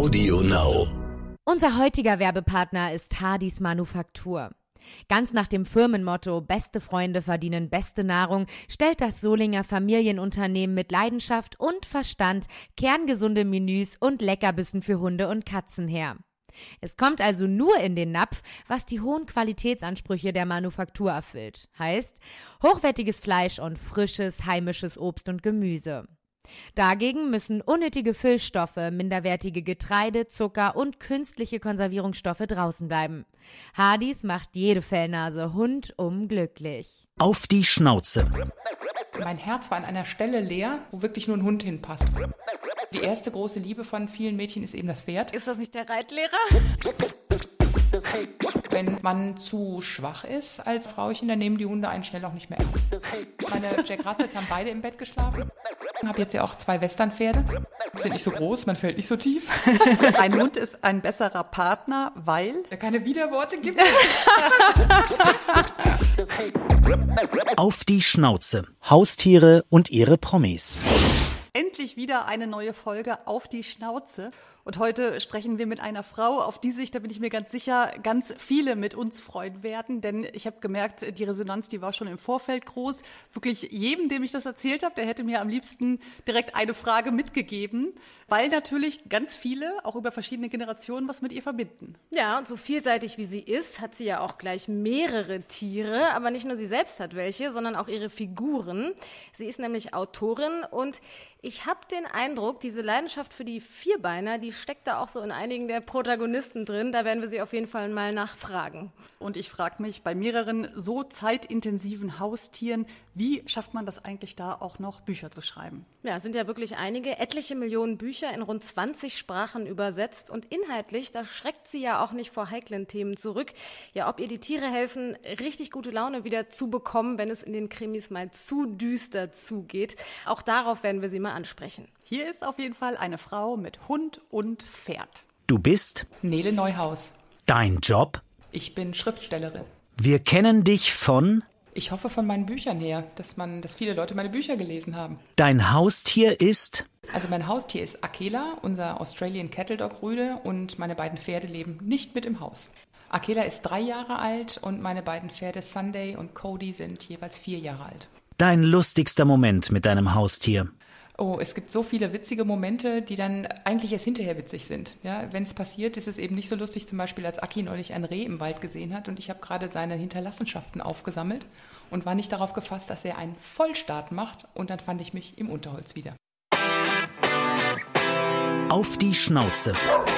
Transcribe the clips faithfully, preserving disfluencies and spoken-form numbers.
Audio Now. Unser heutiger Werbepartner ist Hardis Manufaktur. Ganz nach dem Firmenmotto „Beste Freunde verdienen beste Nahrung" stellt das Solinger Familienunternehmen mit Leidenschaft und Verstand kerngesunde Menüs und Leckerbissen für Hunde und Katzen her. Es kommt also nur in den Napf, was die hohen Qualitätsansprüche der Manufaktur erfüllt. Heißt, hochwertiges Fleisch und frisches, heimisches Obst und Gemüse. Dagegen müssen unnötige Füllstoffe, minderwertige Getreide, Zucker und künstliche Konservierungsstoffe draußen bleiben. Hardis macht jede Fellnase rundum glücklich. Auf die Schnauze. Mein Herz war an einer Stelle leer, wo wirklich nur ein Hund hinpasst. Die erste große Liebe von vielen Mädchen ist eben das Pferd. Ist das nicht der Reitlehrer? Wenn man zu schwach ist als Frauchen, dann nehmen die Hunde einen schnell auch nicht mehr ernst. Meine Jack Russells haben beide im Bett geschlafen. Ich habe jetzt ja auch zwei Westernpferde. Sind nicht so groß, man fällt nicht so tief. Ein Hund ist ein besserer Partner, weil... Der keine Widerworte gibt. Auf die Schnauze. Haustiere und ihre Promis. Endlich wieder eine neue Folge Auf die Schnauze. Und heute sprechen wir mit einer Frau, auf die sich, da bin ich mir ganz sicher, ganz viele mit uns freuen werden. Denn ich habe gemerkt, die Resonanz, die war schon im Vorfeld groß. Wirklich jedem, dem ich das erzählt habe, der hätte mir am liebsten direkt eine Frage mitgegeben. Weil natürlich ganz viele, auch über verschiedene Generationen, was mit ihr verbinden. Ja, und so vielseitig wie sie ist, hat sie ja auch gleich mehrere Tiere. Aber nicht nur sie selbst hat welche, sondern auch ihre Figuren. Sie ist nämlich Autorin und ich habe den Eindruck, diese Leidenschaft für die Vierbeiner, die steckt da auch so in einigen der Protagonisten drin. Da werden wir sie auf jeden Fall mal nachfragen. Und ich frage mich, bei mehreren so zeitintensiven Haustieren, wie schafft man das eigentlich da auch noch Bücher zu schreiben? Ja, sind ja wirklich einige, etliche Millionen Bücher in rund zwanzig Sprachen übersetzt. Und inhaltlich, da schreckt sie ja auch nicht vor heiklen Themen zurück. Ja, ob ihr die Tiere helfen, richtig gute Laune wieder zu bekommen, wenn es in den Krimis mal zu düster zugeht. Auch darauf werden wir sie mal ansprechen. Hier ist auf jeden Fall eine Frau mit Hund und Pferd. Du bist Nele Neuhaus. dein Job. Ich bin Schriftstellerin. Wir kennen dich von Ich hoffe von meinen Büchern her, dass man, dass viele Leute meine Bücher gelesen haben. dein Haustier ist Also mein Haustier ist Akela, unser Australian Cattle Dog Rüde, und meine beiden Pferde leben nicht mit im Haus. Akela ist drei Jahre alt und meine beiden Pferde Sunday und Cody sind jeweils vier Jahre alt. dein lustigster Moment mit deinem Haustier. Oh, es gibt so viele witzige Momente, die dann eigentlich erst hinterher witzig sind. Ja, wenn es passiert, ist es eben nicht so lustig, zum Beispiel als Aki neulich ein Reh im Wald gesehen hat und ich habe gerade seine Hinterlassenschaften aufgesammelt und war nicht darauf gefasst, dass er einen Vollstart macht, und dann fand ich mich im Unterholz wieder. Auf die Schnauze.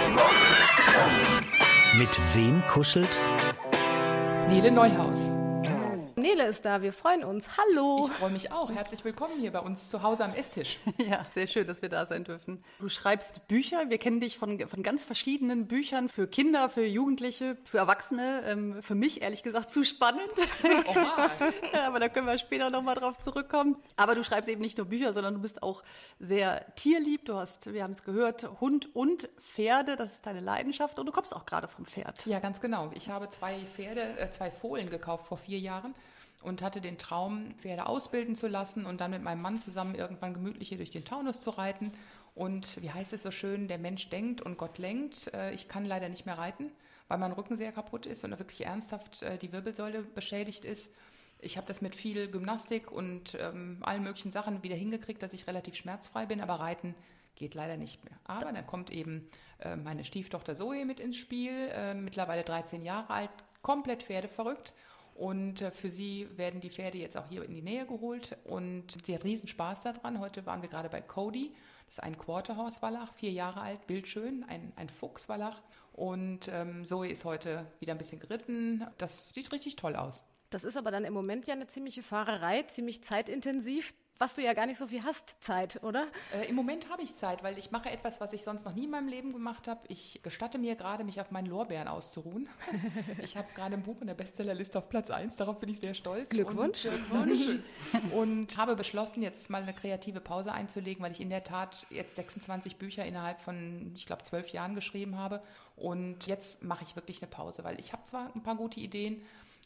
Mit wem kuschelt? Nele Neuhaus. Nele ist da, wir freuen uns. Hallo! Ich freue mich auch. Herzlich willkommen hier bei uns zu Hause am Esstisch. Ja, sehr schön, dass wir da sein dürfen. Du schreibst Bücher. Wir kennen dich von, von ganz verschiedenen Büchern für Kinder, für Jugendliche, für Erwachsene. Ähm, für mich, ehrlich gesagt, zu spannend. Oha. Ja, aber da können wir später nochmal drauf zurückkommen. Aber du schreibst eben nicht nur Bücher, sondern du bist auch sehr tierlieb. Du hast, wir haben es gehört, Hund und Pferde. Das ist deine Leidenschaft. Und du kommst auch gerade vom Pferd. Ja, ganz genau. Ich habe zwei Pferde, äh, zwei Fohlen gekauft vor vier Jahren. Und hatte den Traum, Pferde ausbilden zu lassen und dann mit meinem Mann zusammen irgendwann gemütlich hier durch den Taunus zu reiten. Und wie heißt es so schön, der Mensch denkt und Gott lenkt. Ich kann leider nicht mehr reiten, weil mein Rücken sehr kaputt ist und wirklich ernsthaft die Wirbelsäule beschädigt ist. Ich habe das mit viel Gymnastik und ähm, allen möglichen Sachen wieder hingekriegt, dass ich relativ schmerzfrei bin, aber reiten geht leider nicht mehr. Aber dann kommt eben äh, meine Stieftochter Zoe mit ins Spiel, äh, mittlerweile dreizehn Jahre alt, komplett pferdeverrückt. Und für sie werden die Pferde jetzt auch hier in die Nähe geholt und sie hat riesen Spaß daran. Heute waren wir gerade bei Cody, das ist ein Quarterhorse-Wallach, vier Jahre alt, bildschön, ein, ein Fuchs-Wallach. Und ähm, Zoe ist heute wieder ein bisschen geritten. Das sieht richtig toll aus. Das ist aber dann im Moment ja eine ziemliche Fahrerei, ziemlich zeitintensiv. Was du ja gar nicht so viel hast, Zeit, oder? Äh, Im Moment habe ich Zeit, weil ich mache etwas, was ich sonst noch nie in meinem Leben gemacht habe. Ich gestatte mir gerade, mich auf meinen Lorbeeren auszuruhen. Ich habe gerade ein Buch in der Bestsellerliste auf Platz eins, darauf bin ich sehr stolz. Glückwunsch. Und, äh, und habe beschlossen, jetzt mal eine kreative Pause einzulegen, weil ich in der Tat jetzt sechsundzwanzig Bücher innerhalb von, ich glaube, zwölf Jahren geschrieben habe. Und jetzt mache ich wirklich eine Pause, weil ich habe zwar ein paar gute Ideen,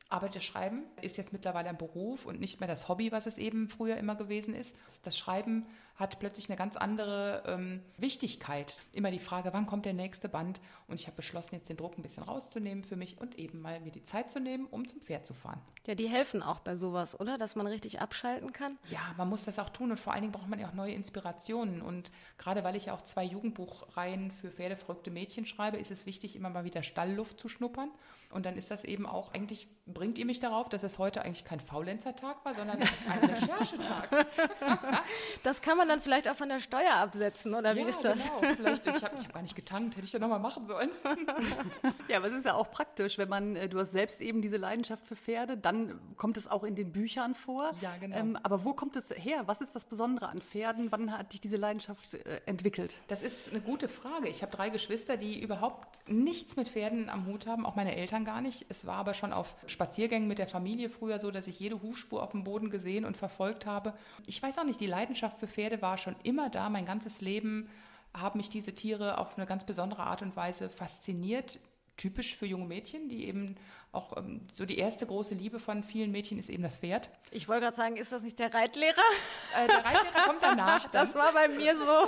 Aber das Schreiben ist jetzt mittlerweile ein Beruf und nicht mehr das Hobby, was es eben früher immer gewesen ist. Das Schreiben hat plötzlich eine ganz andere ähm, Wichtigkeit. Immer die Frage, wann kommt der nächste Band? Und ich habe beschlossen, jetzt den Druck ein bisschen rauszunehmen für mich und eben mal mir die Zeit zu nehmen, um zum Pferd zu fahren. Ja, die helfen auch bei sowas, oder? Dass man richtig abschalten kann? Ja, man muss das auch tun und vor allen Dingen braucht man ja auch neue Inspirationen. Und gerade weil ich ja auch zwei Jugendbuchreihen für pferdeverrückte Mädchen schreibe, ist es wichtig, immer mal wieder Stallluft zu schnuppern. Und dann ist das eben auch, eigentlich bringt ihr mich darauf, dass es heute eigentlich kein Faulenzertag war, sondern ein Recherchetag. Das kann man dann vielleicht auch von der Steuer absetzen, oder wie ja, ist das? Genau. Vielleicht, ich habe ich hab gar nicht getankt, hätte ich das nochmal machen sollen. Ja, aber es ist ja auch praktisch, wenn man, du hast selbst eben diese Leidenschaft für Pferde, dann kommt es auch in den Büchern vor. Ja, genau. Ähm, aber wo kommt es her? Was ist das Besondere an Pferden? Wann hat dich diese Leidenschaft äh, entwickelt? Das ist eine gute Frage. Ich habe drei Geschwister, die überhaupt nichts mit Pferden am Hut haben, auch meine Eltern gar nicht. Es war aber schon auf Spaziergängen mit der Familie früher so, dass ich jede Hufspur auf dem Boden gesehen und verfolgt habe. Ich weiß auch nicht, die Leidenschaft für Pferde war schon immer da. Mein ganzes Leben haben mich diese Tiere auf eine ganz besondere Art und Weise fasziniert. Typisch für junge Mädchen, die eben auch ähm, so die erste große Liebe von vielen Mädchen ist eben das Pferd. Ich wollte gerade sagen, ist das nicht der Reitlehrer? Äh, der Reitlehrer kommt danach. Dann. Das war bei mir so.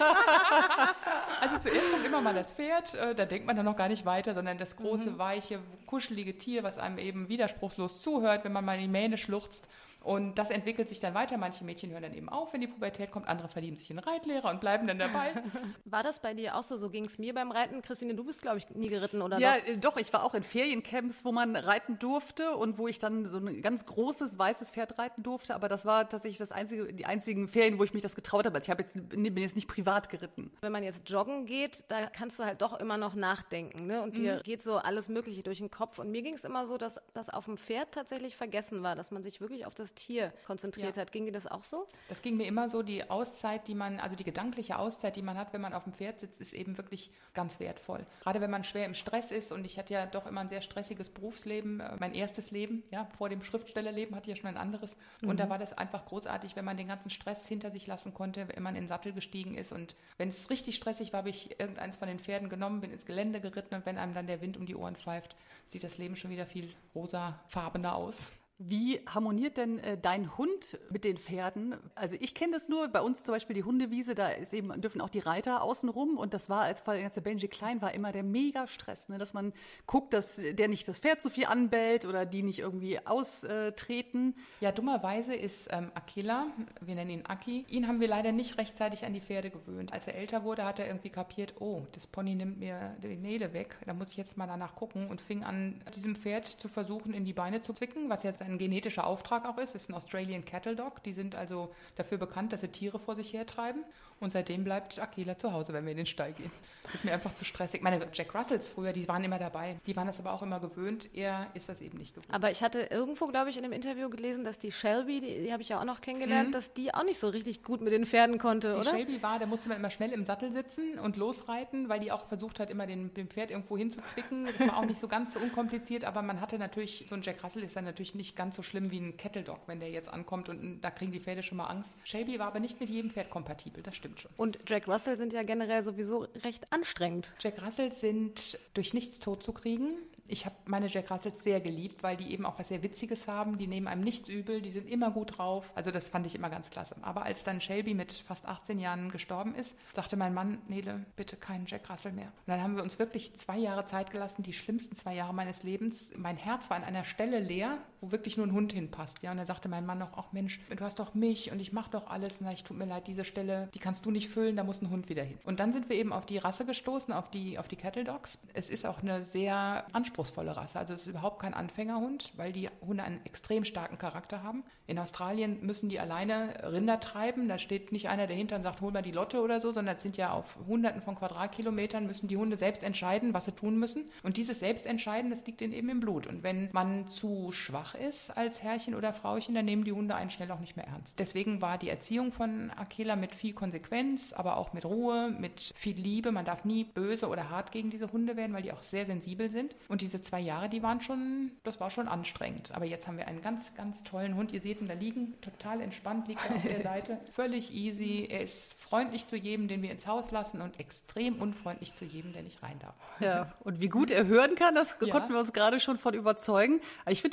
Also zuerst kommt immer mal das Pferd, äh, da denkt man dann noch gar nicht weiter, sondern das große, mhm. weiche, kuschelige Tier, was einem eben widerspruchslos zuhört, wenn man mal in die Mähne schluchzt. Und das entwickelt sich dann weiter. Manche Mädchen hören dann eben auf, wenn die Pubertät kommt. Andere verlieben sich in einen Reitlehrer und bleiben dann dabei. War das bei dir auch so? So ging es mir beim Reiten. Christine, du bist, glaube ich, nie geritten, oder Ja, doch? doch. Ich war auch in Feriencamps, wo man reiten durfte und wo ich dann so ein ganz großes, weißes Pferd reiten durfte. Aber das war tatsächlich das einzige, die einzigen Ferien, wo ich mich das getraut habe. Also ich habe jetzt, bin jetzt nicht privat geritten. Wenn man jetzt joggen geht, da kannst du halt doch immer noch nachdenken, ne? Und dir mhm. geht so alles Mögliche durch den Kopf. Und mir ging es immer so, dass das auf dem Pferd tatsächlich vergessen war, dass man sich wirklich auf das Tier konzentriert ja. hat. Ging dir das auch so? Das ging mir immer so. Die Auszeit, die man, also die gedankliche Auszeit, die man hat, wenn man auf dem Pferd sitzt, ist eben wirklich ganz wertvoll. Gerade wenn man schwer im Stress ist und ich hatte ja doch immer ein sehr stressiges Berufsleben, mein erstes Leben, ja, vor dem Schriftstellerleben hatte ich ja schon ein anderes. Mhm. Und da war das einfach großartig, wenn man den ganzen Stress hinter sich lassen konnte, wenn man in den Sattel gestiegen ist. Und wenn es richtig stressig war, habe ich irgendeins von den Pferden genommen, bin ins Gelände geritten und wenn einem dann der Wind um die Ohren pfeift, sieht das Leben schon wieder viel rosafarbener aus. Wie harmoniert denn äh, dein Hund mit den Pferden? Also ich kenne das nur, bei uns zum Beispiel die Hundewiese, da ist eben, dürfen auch die Reiter außen rum und das war, als, als der Benji klein war, immer der Mega-Stress, ne? Dass man guckt, dass der nicht das Pferd so viel anbellt oder die nicht irgendwie austreten. Ja, dummerweise ist ähm, Akela, wir nennen ihn Aki, ihn haben wir leider nicht rechtzeitig an die Pferde gewöhnt. Als er älter wurde, hat er irgendwie kapiert, oh, das Pony nimmt mir die Nähle weg, da muss ich jetzt mal danach gucken und fing an, diesem Pferd zu versuchen, in die Beine zu zwicken, was jetzt ein genetischer Auftrag auch ist. Das ist ein Australian Cattle Dog. Die sind also dafür bekannt, dass sie Tiere vor sich hertreiben. Und seitdem bleibt Akela zu Hause, wenn wir in den Stall gehen. Das ist mir einfach zu stressig. Meine Jack Russells früher, die waren immer dabei. Die waren das aber auch immer gewöhnt. Er ist das eben nicht gewöhnt. Aber ich hatte irgendwo, glaube ich, in einem Interview gelesen, dass die Shelby, die, die habe ich ja auch noch kennengelernt, mhm. dass die auch nicht so richtig gut mit den Pferden konnte, die oder? Die Shelby war, da musste man immer schnell im Sattel sitzen und losreiten, weil die auch versucht hat, immer den, dem Pferd irgendwo hinzuzwicken. Das war auch nicht so ganz so unkompliziert, aber man hatte natürlich, so ein Jack Russell ist dann natürlich nicht ganz so schlimm wie ein Cattle Dog, wenn der jetzt ankommt und da kriegen die Pferde schon mal Angst. Shelby war aber nicht mit jedem Pferd kompatibel, das stimmt schon. Und Jack Russell sind ja generell sowieso recht anstrengend. Jack Russells sind durch nichts tot zu kriegen. Ich habe meine Jack Russells sehr geliebt, weil die eben auch was sehr Witziges haben. Die nehmen einem nichts übel, die sind immer gut drauf. Also das fand ich immer ganz klasse. Aber als dann Shelby mit fast achtzehn Jahren gestorben ist, sagte mein Mann, Nele, bitte keinen Jack Russell mehr. Und dann haben wir uns wirklich zwei Jahre Zeit gelassen, die schlimmsten zwei Jahre meines Lebens. Mein Herz war an einer Stelle leer, wo wirklich nur ein Hund hinpasst. Ja, und dann sagte mein Mann noch, ach Mensch, du hast doch mich und ich mache doch alles. Na, ich tut mir leid, diese Stelle, die kannst du nicht füllen, da muss ein Hund wieder hin. Und dann sind wir eben auf die Rasse gestoßen, auf die, auf die Cattle Dogs. Es ist auch eine sehr anspruchsvolle Rasse. Also es ist überhaupt kein Anfängerhund, weil die Hunde einen extrem starken Charakter haben. In Australien müssen die alleine Rinder treiben. Da steht nicht einer dahinter und sagt, hol mal die Lotte oder so, sondern es sind ja auf Hunderten von Quadratkilometern, müssen die Hunde selbst entscheiden, was sie tun müssen. Und dieses Selbstentscheiden, das liegt ihnen eben im Blut. Und wenn man zu schwach ist als Herrchen oder Frauchen, dann nehmen die Hunde einen schnell auch nicht mehr ernst. Deswegen war die Erziehung von Akela mit viel Konsequenz, aber auch mit Ruhe, mit viel Liebe. Man darf nie böse oder hart gegen diese Hunde werden, weil die auch sehr sensibel sind. Und diese zwei Jahre, die waren schon, das war schon anstrengend. Aber jetzt haben wir einen ganz, ganz tollen Hund. Ihr seht ihn da liegen, total entspannt, liegt er auf der Seite. Völlig easy. Er ist freundlich zu jedem, den wir ins Haus lassen und extrem unfreundlich zu jedem, der nicht rein darf. Ja, und wie gut er hören kann, das ja. konnten wir uns gerade schon von überzeugen. Aber ich finde, du hast das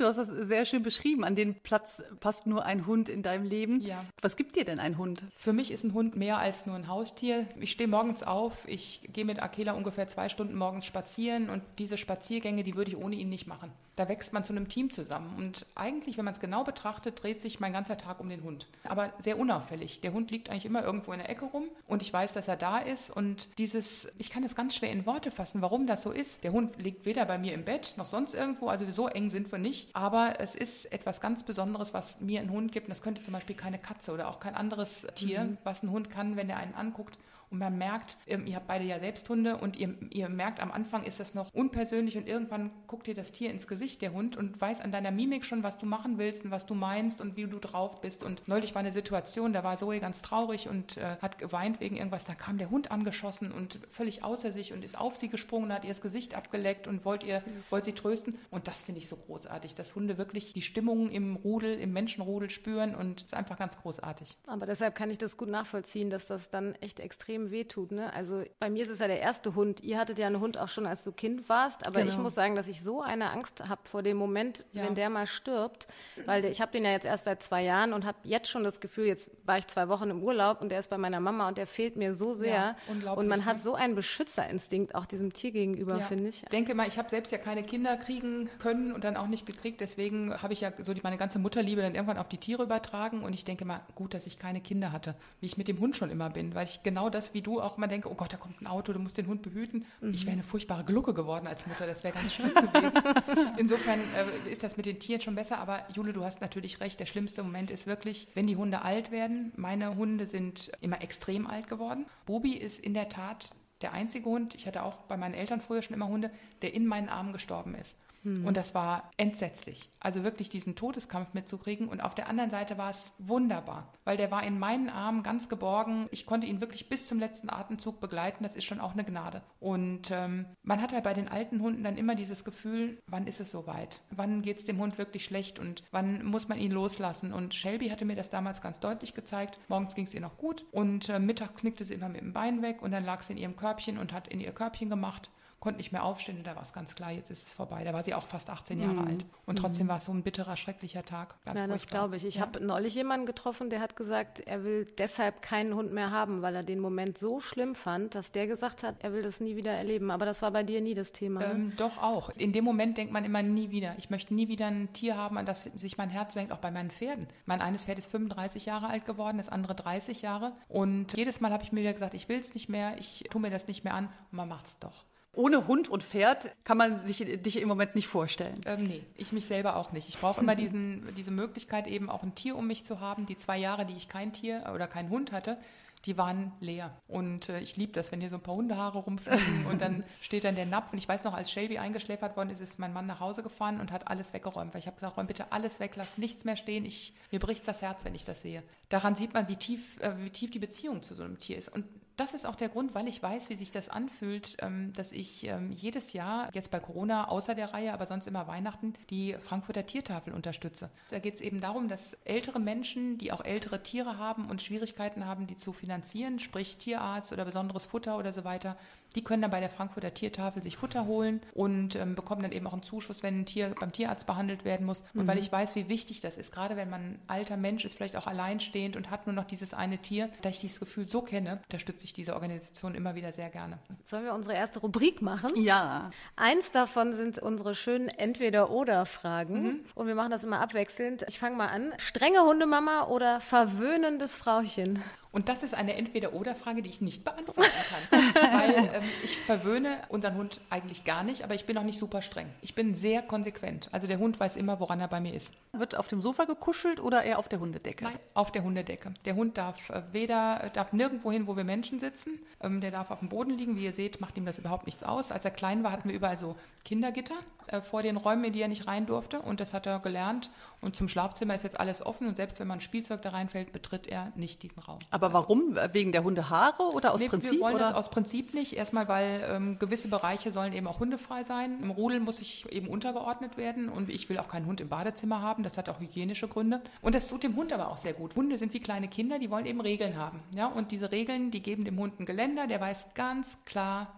sehr schön beschrieben. An den Platz passt nur ein Hund in deinem Leben. Ja. Was gibt dir denn ein Hund? Für mich ist ein Hund mehr als nur ein Haustier. Ich stehe morgens auf, ich gehe mit Akela ungefähr zwei Stunden morgens spazieren und diese Spaziergänge, die würde ich ohne ihn nicht machen. Da wächst man zu einem Team zusammen und eigentlich, wenn man es genau betrachtet, dreht sich mein ganzer Tag um den Hund. Aber sehr unauffällig. Der Hund liegt eigentlich immer irgendwo in der Ecke rum und ich weiß, dass er da ist und dieses, ich kann es ganz schwer in Worte fassen, warum das so ist. Der Hund liegt weder bei mir im Bett noch sonst irgendwo, also so eng sind wir nicht, aber es ist etwas ganz Besonderes, was mir ein Hund gibt und das könnte zum Beispiel keine Katze oder auch kein anderes Tier, mhm. was ein Hund kann, wenn er einen anguckt. Und man merkt, ihr habt beide ja selbst Hunde und ihr, ihr merkt, am Anfang ist das noch unpersönlich und irgendwann guckt dir das Tier ins Gesicht, der Hund, und weiß an deiner Mimik schon, was du machen willst und was du meinst und wie du drauf bist. Und neulich war eine Situation, da war Zoe ganz traurig und äh, hat geweint wegen irgendwas. Da kam der Hund angeschossen und völlig außer sich und ist auf sie gesprungen, hat ihr das Gesicht abgeleckt und wollte ihr, wollte sie trösten. Und das finde ich so großartig, dass Hunde wirklich die Stimmung im Rudel, im Menschenrudel spüren und es ist einfach ganz großartig. Aber deshalb kann ich das gut nachvollziehen, dass das dann echt extrem wehtut, ne? Also bei mir ist es ja der erste Hund. Ihr hattet ja einen Hund auch schon, als du Kind warst, aber genau. Ich muss sagen, dass ich so eine Angst habe vor dem Moment, ja. wenn der mal stirbt, weil der, ich habe den ja jetzt erst seit zwei Jahren und habe jetzt schon das Gefühl, jetzt war ich zwei Wochen im Urlaub und der ist bei meiner Mama und der fehlt mir so sehr. Ja, und man hat so einen Beschützerinstinkt auch diesem Tier gegenüber, ja. finde ich. Ich denke mal, ich habe selbst ja keine Kinder kriegen können und dann auch nicht gekriegt, deswegen habe ich ja so die, meine ganze Mutterliebe dann irgendwann auf die Tiere übertragen und ich denke mal, gut, dass ich keine Kinder hatte, wie ich mit dem Hund schon immer bin, weil ich genau das, wie du auch immer denke, oh Gott, da kommt ein Auto, du musst den Hund behüten. Mhm. Ich wäre eine furchtbare Glucke geworden als Mutter, das wäre ganz schlimm gewesen. Insofern äh, ist das mit den Tieren schon besser, aber Jule, du hast natürlich recht, der schlimmste Moment ist wirklich, wenn die Hunde alt werden. Meine Hunde sind immer extrem alt geworden. Bobi ist in der Tat der einzige Hund, ich hatte auch bei meinen Eltern früher schon immer Hunde, der in meinen Armen gestorben ist. Und das war entsetzlich. Also wirklich diesen Todeskampf mitzukriegen. Und auf der anderen Seite war es wunderbar, weil der war in meinen Armen ganz geborgen. Ich konnte ihn wirklich bis zum letzten Atemzug begleiten. Das ist schon auch eine Gnade. Und ähm, man hat halt bei den alten Hunden dann immer dieses Gefühl, wann ist es soweit? Wann geht es dem Hund wirklich schlecht und wann muss man ihn loslassen? Und Shelby hatte mir das damals ganz deutlich gezeigt. Morgens ging es ihr noch gut und äh, mittags knickte sie immer mit dem Bein weg und dann lag sie in ihrem Körbchen und hat in ihr Körbchen gemacht. Konnte nicht mehr aufstehen und da war es ganz klar, jetzt ist es vorbei. Da war sie auch fast achtzehn Jahre mm. alt. Und trotzdem war es so ein bitterer, schrecklicher Tag. Ganz ja, das glaube ich. Ich ja. habe neulich jemanden getroffen, der hat gesagt, er will deshalb keinen Hund mehr haben, weil er den Moment so schlimm fand, dass der gesagt hat, er will das nie wieder erleben. Aber das war bei dir nie das Thema. Ähm, ne? Doch auch. In dem Moment denkt man immer nie wieder. Ich möchte nie wieder ein Tier haben, an das sich mein Herz senkt, auch bei meinen Pferden. Mein eines Pferd ist fünfunddreißig Jahre alt geworden, das andere dreißig Jahre. Und jedes Mal habe ich mir wieder gesagt, ich will es nicht mehr, ich tue mir das nicht mehr an. Und man macht es doch. Ohne Hund und Pferd kann man sich dich im Moment nicht vorstellen. Ähm, nee, ich mich selber auch nicht. Ich brauche immer diesen, diese Möglichkeit, eben auch ein Tier um mich zu haben. Die zwei Jahre, die ich kein Tier oder keinen Hund hatte, die waren leer. Und äh, ich liebe das, wenn hier so ein paar Hundehaare rumfliegen und dann steht dann der Napf. Und ich weiß noch, als Shelby eingeschläfert worden ist, ist mein Mann nach Hause gefahren und hat alles weggeräumt. Weil ich habe gesagt, räum bitte alles weg, lass nichts mehr stehen. Ich, mir bricht das Herz, wenn ich das sehe. Daran sieht man, wie tief, äh, wie tief die Beziehung zu so einem Tier ist. Und das ist auch der Grund, weil ich weiß, wie sich das anfühlt, ähm, dass ich ähm, jedes Jahr, jetzt bei Corona außer der Reihe, aber sonst immer Weihnachten, die Frankfurter Tiertafel unterstütze. Da geht es eben darum, dass ältere Menschen, die auch ältere Tiere haben und Schwierigkeiten haben, die zu finanzieren, sprich Tierarzt oder besonderes Futter oder so weiter, die können dann bei der Frankfurter Tiertafel sich Futter holen und ähm, bekommen dann eben auch einen Zuschuss, wenn ein Tier beim Tierarzt behandelt werden muss. Und mhm. weil ich weiß, wie wichtig das ist, gerade wenn man ein alter Mensch ist, vielleicht auch alleinstehend und hat nur noch dieses eine Tier, da ich dieses Gefühl so kenne, unterstütze ich diese Organisation immer wieder sehr gerne. Sollen wir unsere erste Rubrik machen? Ja. Eins davon sind unsere schönen Entweder-Oder-Fragen. Mhm. Und wir machen das immer abwechselnd. Ich fange mal an. Strenge Hundemama oder verwöhnendes Frauchen? Und das ist eine Entweder-Oder-Frage, die ich nicht beantworten kann. Weil ähm, ich verwöhne unseren Hund eigentlich gar nicht, aber ich bin auch nicht super streng. Ich bin sehr konsequent. Also der Hund weiß immer, woran er bei mir ist. Wird auf dem Sofa gekuschelt oder eher auf der Hundedecke? Nein, auf der Hundedecke. Der Hund darf äh, weder, darf nirgendwo hin, wo wir Menschen sitzen. Ähm, der darf auf dem Boden liegen. Wie ihr seht, macht ihm das überhaupt nichts aus. Als er klein war, hatten wir überall so Kindergitter äh, vor den Räumen, in die er nicht rein durfte. Und das hat er gelernt. Und zum Schlafzimmer ist jetzt alles offen. Und selbst wenn man ein Spielzeug da reinfällt, betritt er nicht diesen Raum. Aber warum? Wegen der Hundehaare oder aus nee, Prinzip? Wir wollen oder? das aus Prinzip nicht. Erstmal, weil ähm, gewisse Bereiche sollen eben auch hundefrei sein. Im Rudel muss ich eben untergeordnet werden. Und ich will auch keinen Hund im Badezimmer haben. Das hat auch hygienische Gründe. Und das tut dem Hund aber auch sehr gut. Hunde sind wie kleine Kinder, die wollen eben Regeln haben. Ja? Und diese Regeln, die geben dem Hund ein Geländer. Der weiß ganz klar,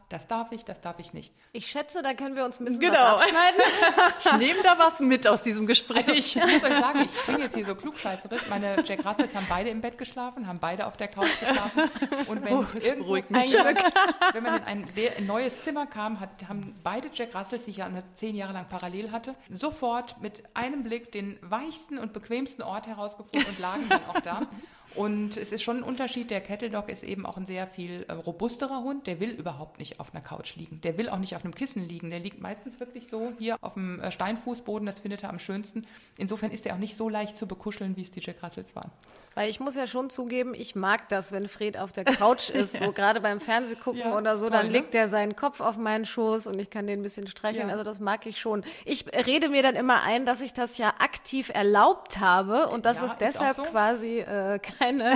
das darf ich, das darf ich nicht. Ich schätze, da können wir uns ein bisschen Genau. was abschneiden. Ich nehme da was mit aus diesem Gespräch. Also, ich muss euch sagen, ich klinge jetzt hier so klugscheißerig. Meine Jack Russells haben beide im Bett geschlafen, haben beide auf der Couch geschlafen. Und wenn, Oh, das irgendwo beruhigt mich. jemand, wenn man in ein, le- ein neues Zimmer kam, hat, haben beide Jack Russells, die ich ja zehn Jahre lang parallel hatte, sofort mit einem Blick den weichsten und bequemsten Ort herausgefunden und lagen dann auch da. Und es ist schon ein Unterschied, der Cattle Dog ist eben auch ein sehr viel äh, robusterer Hund, der will überhaupt nicht auf einer Couch liegen, der will auch nicht auf einem Kissen liegen, der liegt meistens wirklich so hier auf dem äh, Steinfußboden, das findet er am schönsten. Insofern ist er auch nicht so leicht zu bekuscheln, wie es die Jack Russells waren. Weil ich muss ja schon zugeben, ich mag das, wenn Fred auf der Couch ist, so gerade beim Fernsehgucken Ja, oder so, toll, dann ne? legt er seinen Kopf auf meinen Schoß und ich kann den ein bisschen streicheln, Ja. also das mag ich schon. Ich rede mir dann immer ein, dass ich das ja aktiv erlaubt habe und dass Ja, es ist deshalb auch so. quasi äh, keine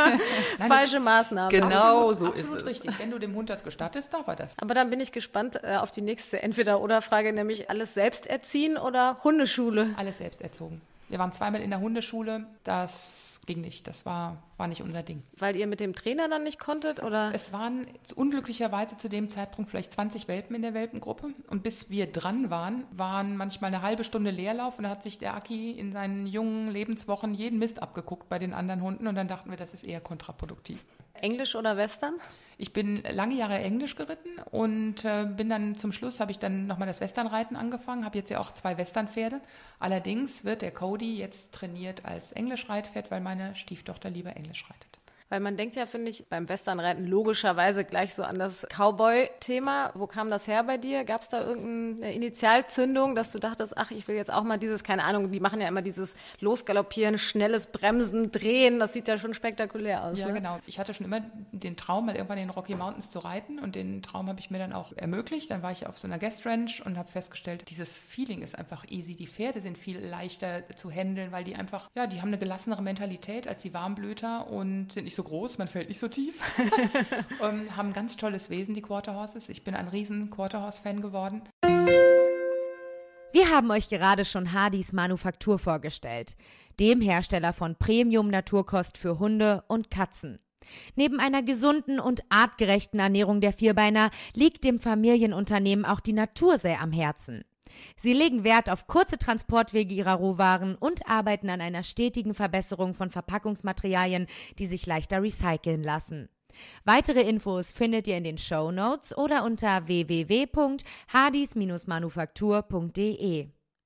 falsche Maßnahme ist. Genau so ist Absolut es. richtig, wenn du dem Hund das gestattest, darf er das. Aber dann bin ich gespannt äh, auf die nächste Entweder-Oder-Frage, nämlich alles selbst erziehen oder Hundeschule? Alles selbst erzogen. Wir waren zweimal in der Hundeschule, das ging nicht, das war, war nicht unser Ding. Weil ihr mit dem Trainer dann nicht konntet, oder? Es waren unglücklicherweise zu dem Zeitpunkt vielleicht zwanzig Welpen in der Welpengruppe. Und bis wir dran waren, waren manchmal eine halbe Stunde Leerlauf. Und da hat sich der Aki in seinen jungen Lebenswochen jeden Mist abgeguckt bei den anderen Hunden. Und dann dachten wir, das ist eher kontraproduktiv. Englisch oder Western? Ich bin lange Jahre Englisch geritten und äh, bin dann zum Schluss, habe ich dann nochmal das Westernreiten angefangen, habe jetzt ja auch zwei Westernpferde. Allerdings wird der Cody jetzt trainiert als Englischreitpferd, weil meine Stieftochter lieber Englisch reitet. Weil man denkt ja, finde ich, beim Westernreiten logischerweise gleich so an das Cowboy-Thema. Wo kam das her bei dir? Gab es da irgendeine Initialzündung, dass du dachtest, ach, ich will jetzt auch mal dieses, keine Ahnung, die machen ja immer dieses Losgaloppieren, schnelles Bremsen, Drehen. Das sieht ja schon spektakulär aus. Ja, ne? genau. Ich hatte schon immer den Traum, mal irgendwann in den Rocky Mountains zu reiten und den Traum habe ich mir dann auch ermöglicht. Dann war ich auf so einer Guest Ranch und habe festgestellt, dieses Feeling ist einfach easy. Die Pferde sind viel leichter zu handeln, weil die einfach, ja, die haben eine gelassenere Mentalität als die Warmblüter und sind nicht so groß, man fällt nicht so tief. um, haben ein ganz tolles Wesen, die Quarter Horses. Ich bin ein riesen Quarter Horse-Fan geworden. Wir haben euch gerade schon Hardys Manufaktur vorgestellt, dem Hersteller von Premium-Naturkost für Hunde und Katzen. Neben einer gesunden und artgerechten Ernährung der Vierbeiner liegt dem Familienunternehmen auch die Natur sehr am Herzen. Sie legen Wert auf kurze Transportwege ihrer Rohwaren und arbeiten an einer stetigen Verbesserung von Verpackungsmaterialien, die sich leichter recyceln lassen. Weitere Infos findet ihr in den Shownotes oder unter w w w punkt hardys manufaktur punkt d e.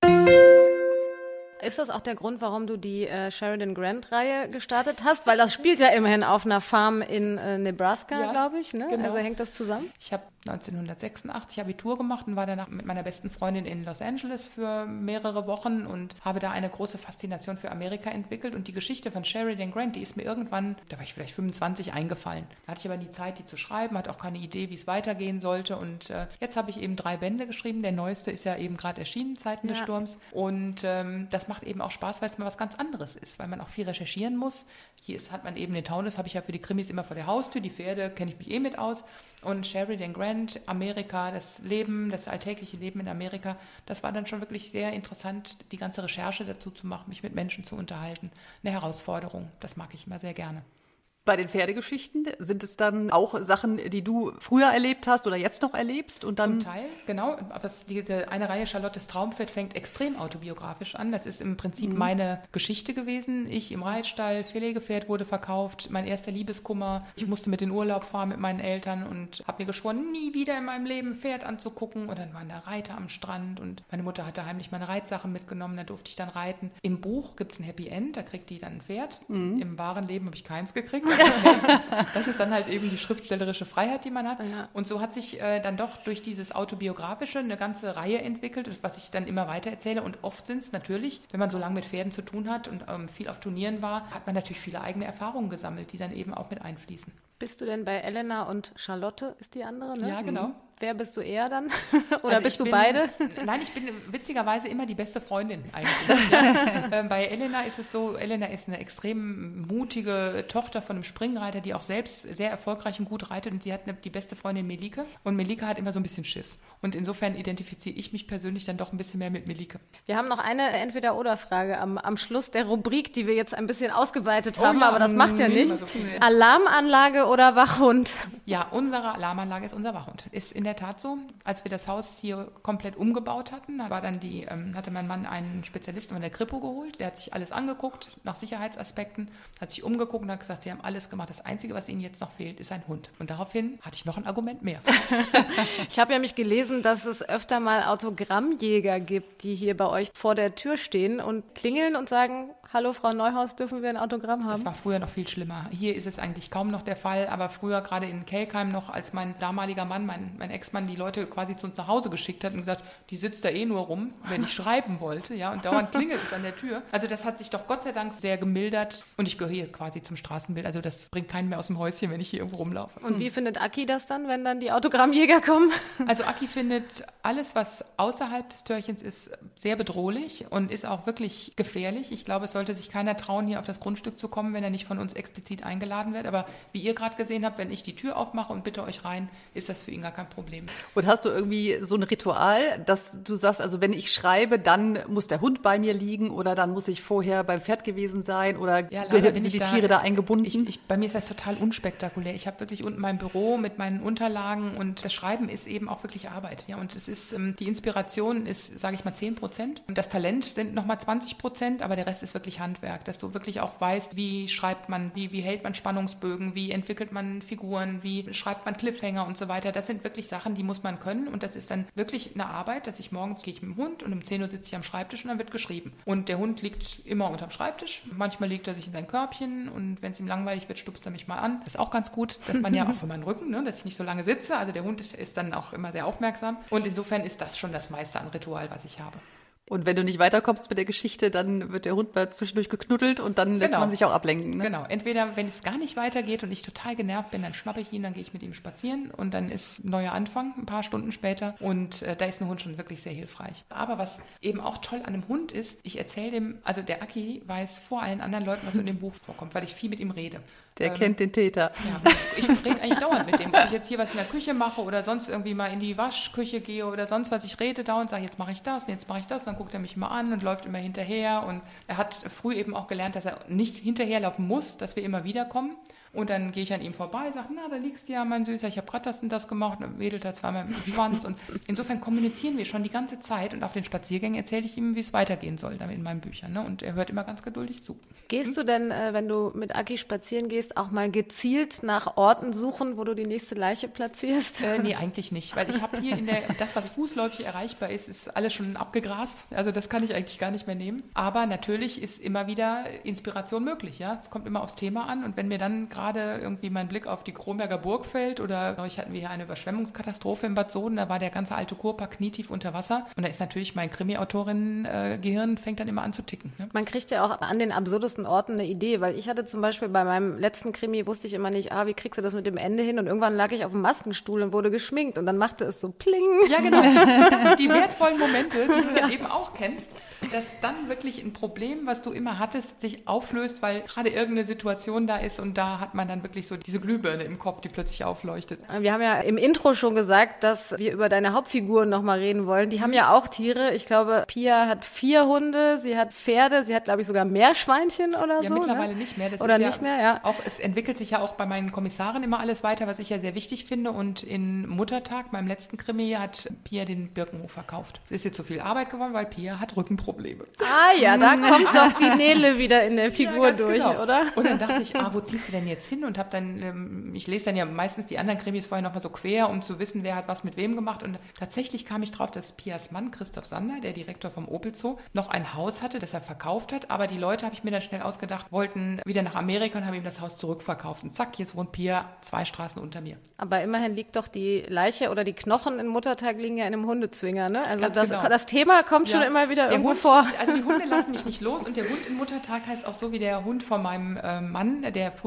Ist das auch der Grund, warum du die äh, Sheridan Grant-Reihe gestartet hast? Weil das spielt ja immerhin auf einer Farm in äh, Nebraska, Ja, glaube ich. Ne? genau. Also hängt das zusammen? Ich habe neunzehnhundertsechsundachtzig Abitur gemacht und war danach mit meiner besten Freundin in Los Angeles für mehrere Wochen und habe da eine große Faszination für Amerika entwickelt. Und die Geschichte von Sheridan Grant, die ist mir irgendwann, da war ich vielleicht fünfundzwanzig, eingefallen. Da hatte ich aber nie Zeit, die zu schreiben, hatte auch keine Idee, wie es weitergehen sollte. Und äh, jetzt habe ich eben drei Bände geschrieben. Der neueste ist ja eben gerade erschienen, Zeiten des Ja. Sturms. Und ähm, das macht eben auch Spaß, weil es mal was ganz anderes ist, weil man auch viel recherchieren muss. Hier ist, hat man eben den Taunus, habe ich ja für die Krimis immer vor der Haustür. Die Pferde kenne ich mich eh mit aus. Und Sheridan Grant, Amerika, das Leben, das alltägliche Leben in Amerika, das war dann schon wirklich sehr interessant, die ganze Recherche dazu zu machen, mich mit Menschen zu unterhalten. Eine Herausforderung, das mag ich immer sehr gerne. Bei den Pferdegeschichten sind es dann auch Sachen, die du früher erlebt hast oder jetzt noch erlebst und dann Zum Teil, genau. Was diese eine Reihe Charlottes Traumpferd fängt extrem autobiografisch an. Das ist im Prinzip mhm. meine Geschichte gewesen. Ich im Reitstall, Pflegepferd wurde verkauft, mein erster Liebeskummer. Ich musste mit in Urlaub fahren mit meinen Eltern und habe mir geschworen, nie wieder in meinem Leben ein Pferd anzugucken. Und dann waren da Reiter am Strand und meine Mutter hatte heimlich meine Reitsachen mitgenommen, da durfte ich dann reiten. Im Buch gibt es ein Happy End, da kriegt die dann ein Pferd. Mhm. Im wahren Leben habe ich keins gekriegt. Das ist dann halt eben die schriftstellerische Freiheit, die man hat. Ja. Und so hat sich äh, dann doch durch dieses Autobiografische eine ganze Reihe entwickelt, was ich dann immer weiter erzähle. Und oft sind es natürlich, wenn man so lange mit Pferden zu tun hat und ähm, viel auf Turnieren war, hat man natürlich viele eigene Erfahrungen gesammelt, die dann eben auch mit einfließen. Bist du denn bei Elena und Charlotte, ist die andere, ne? Ja, genau. Mhm. wer bist du eher dann? Oder Also bist du bin, beide? Nein, ich bin witzigerweise immer die beste Freundin eigentlich. ja. ähm, bei Elena ist es so, Elena ist eine extrem mutige Tochter von einem Springreiter, die auch selbst sehr erfolgreich und gut reitet und sie hat eine, die beste Freundin Melike und Melike hat immer so ein bisschen Schiss. Und insofern identifiziere ich mich persönlich dann doch ein bisschen mehr mit Melike. Wir haben noch eine Entweder-Oder-Frage am, am Schluss der Rubrik, die wir jetzt ein bisschen ausgeweitet haben, Oh ja, aber das macht ja nee, nichts. so viel. Alarmanlage oder Wachhund? Ja, unsere Alarmanlage ist unser Wachhund. Ist in der Tat so. Als wir das Haus hier komplett umgebaut hatten, war dann die, ähm, hatte mein Mann einen Spezialisten von der Kripo geholt. Der hat sich alles angeguckt, nach Sicherheitsaspekten, hat sich umgeguckt und hat gesagt, sie haben alles gemacht. Das Einzige, was ihnen jetzt noch fehlt, ist ein Hund. Und daraufhin hatte ich noch ein Argument mehr. Ich habe ja mich gelesen, dass es öfter mal Autogrammjäger gibt, die hier bei euch vor der Tür stehen und klingeln und sagen, hallo Frau Neuhaus, dürfen wir ein Autogramm haben? Das war früher noch viel schlimmer. Hier ist es eigentlich kaum noch der Fall, aber früher gerade in Kelkheim noch, als mein damaliger Mann, mein, mein Ex-Mann, die Leute quasi zu uns nach Hause geschickt hat und gesagt, die sitzt da eh nur rum, wenn ich schreiben wollte, ja, und dauernd klingelt es an der Tür. Also das hat sich doch Gott sei Dank sehr gemildert und ich gehöre hier quasi zum Straßenbild, also das bringt keinen mehr aus dem Häuschen, wenn ich hier irgendwo rumlaufe. Und wie findet Aki das dann, wenn dann die Autogrammjäger kommen? Also Aki findet alles, was außerhalb des Törchens ist, sehr bedrohlich und ist auch wirklich gefährlich. Ich glaube, es sollte sich keiner trauen, hier auf das Grundstück zu kommen, wenn er nicht von uns explizit eingeladen wird. Aber wie ihr gerade gesehen habt, wenn ich die Tür aufmache und bitte euch rein, ist das für ihn gar kein Problem. Und hast du irgendwie so ein Ritual, dass du sagst, also wenn ich schreibe, dann muss der Hund bei mir liegen oder dann muss ich vorher beim Pferd gewesen sein oder Ja, leider bin sind ich die da, Tiere da eingebunden? Ich, ich, bei mir ist das total unspektakulär. Ich habe wirklich unten mein Büro mit meinen Unterlagen und das Schreiben ist eben auch wirklich Arbeit. Ja, und es ist, ähm, die Inspiration ist, sage ich mal, zehn Prozent und das Talent sind nochmal zwanzig Prozent, aber der Rest ist wirklich Handwerk, dass du wirklich auch weißt, wie schreibt man, wie, wie hält man Spannungsbögen, wie entwickelt man Figuren, wie schreibt man Cliffhanger und so weiter. Das sind wirklich Sachen, die muss man können und das ist dann wirklich eine Arbeit, dass ich morgens gehe ich mit dem Hund und um zehn Uhr sitze ich am Schreibtisch und dann wird geschrieben. Und der Hund liegt immer unterm Schreibtisch. Manchmal legt er sich in sein Körbchen und wenn es ihm langweilig wird, stupst er mich mal an. Das ist auch ganz gut, dass man ja auch für meinen Rücken, ne, dass ich nicht so lange sitze. Also der Hund ist dann auch immer sehr aufmerksam. Und insofern ist das schon das meiste an Ritual, was ich habe. Und wenn du nicht weiterkommst mit der Geschichte, dann wird der Hund mal zwischendurch geknuddelt und dann lässt Genau. man sich auch ablenken. Ne? Genau. Entweder, wenn es gar nicht weitergeht und ich total genervt bin, dann schnappe ich ihn, dann gehe ich mit ihm spazieren und dann ist ein neuer Anfang, ein paar Stunden später. Und äh, da ist ein Hund schon wirklich sehr hilfreich. Aber was eben auch toll an einem Hund ist, ich erzähle dem, also der Aki weiß vor allen anderen Leuten, was in dem Buch vorkommt, weil ich viel mit ihm rede. Der Ähm, kennt den Täter. Ja, ich rede eigentlich dauernd mit dem. Ob ich jetzt hier was in der Küche mache oder sonst irgendwie mal in die Waschküche gehe oder sonst was, ich rede dauernd, sage, jetzt mache ich das und jetzt mache ich das. Und dann guckt er mich mal an und läuft immer hinterher. Und er hat früh eben auch gelernt, dass er nicht hinterherlaufen muss, dass wir immer wieder kommen. Und dann gehe ich an ihm vorbei, sage, na, da liegst du ja, mein Süßer, ich habe gerade das und das gemacht. Und dann wedelt er zweimal mit dem Schwanz. Und insofern kommunizieren wir schon die ganze Zeit. Und auf den Spaziergängen erzähle ich ihm, wie es weitergehen soll damit in meinen Büchern. Ne? Und er hört immer ganz geduldig zu. Gehst du denn, äh, wenn du mit Aki spazieren gehst, auch mal gezielt nach Orten suchen, wo du die nächste Leiche platzierst? Äh, nee, eigentlich nicht, weil ich habe hier in der, das, was fußläufig erreichbar ist, ist alles schon abgegrast. Also das kann ich eigentlich gar nicht mehr nehmen. Aber natürlich ist immer wieder Inspiration möglich. Ja, es kommt immer aufs Thema an. Und wenn mir dann gerade irgendwie mein Blick auf die Kronberger Burg fällt oder neulich hatten wir hier eine Überschwemmungskatastrophe in Bad Soden, da war der ganze alte Kurpark knietief unter Wasser. Und da ist natürlich mein Krimi-Autorin-Gehirn fängt dann immer an zu ticken. Ne? Man kriegt ja auch an den absurdesten Orten eine Idee, weil ich hatte zum Beispiel bei meinem letzten Krimi, wusste ich immer nicht, ah, wie kriegst du das mit dem Ende hin? Und irgendwann lag ich auf dem Maskenstuhl und wurde geschminkt und dann machte es so pling. Ja, genau. Das sind die wertvollen Momente, die du dann eben auch kennst, dass dann wirklich ein Problem, was du immer hattest, sich auflöst, weil gerade irgendeine Situation da ist und da hat man dann wirklich so diese Glühbirne im Kopf, die plötzlich aufleuchtet. Wir haben ja im Intro schon gesagt, dass wir über deine Hauptfiguren nochmal reden wollen. Die haben ja auch Tiere. Ich glaube, Pia hat vier Hunde, sie hat Pferde, sie hat, glaube ich, sogar Meerschweinchen oder Ja, so. mittlerweile ne? nicht mehr. Das Oder ist nicht ja mehr, ja. Auch, es entwickelt sich ja auch bei meinen Kommissaren immer alles weiter, was ich ja sehr wichtig finde. Und in Muttertag, meinem letzten Krimi, hat Pia den Birkenhof verkauft. Es ist jetzt zu viel Arbeit geworden, weil Pia hat Rückenprobleme. Ah ja, da kommt doch die Nele wieder in der Figur Ja, ganz durch, genau. oder? Und dann dachte ich, ah, wo zieht sie denn jetzt hin? Und habe dann, ähm, ich lese dann ja meistens die anderen Krimis vorher nochmal so quer, um zu wissen, wer hat was mit wem gemacht. Und tatsächlich kam ich drauf, dass Pias Mann, Christoph Sander, der Direktor vom Opel Zoo, noch ein Haus hatte, das er verkauft hat. Aber die Leute, habe ich mir dann schnell ausgedacht, wollten wieder nach Amerika und haben ihm das Haus zurückverkauft. Und zack, jetzt wohnt Pia zwei Straßen unter mir. Aber immerhin liegt doch die Leiche oder die Knochen in Muttertag liegen ja in einem Hundezwinger, ne? Also Ganz das, genau. das Thema kommt schon Ja, immer wieder der irgendwo Hund, vor. Also die Hunde lassen mich nicht los und der Hund in Muttertag heißt auch so wie der Hund von meinem äh, Mann, der frühere Hund von meinem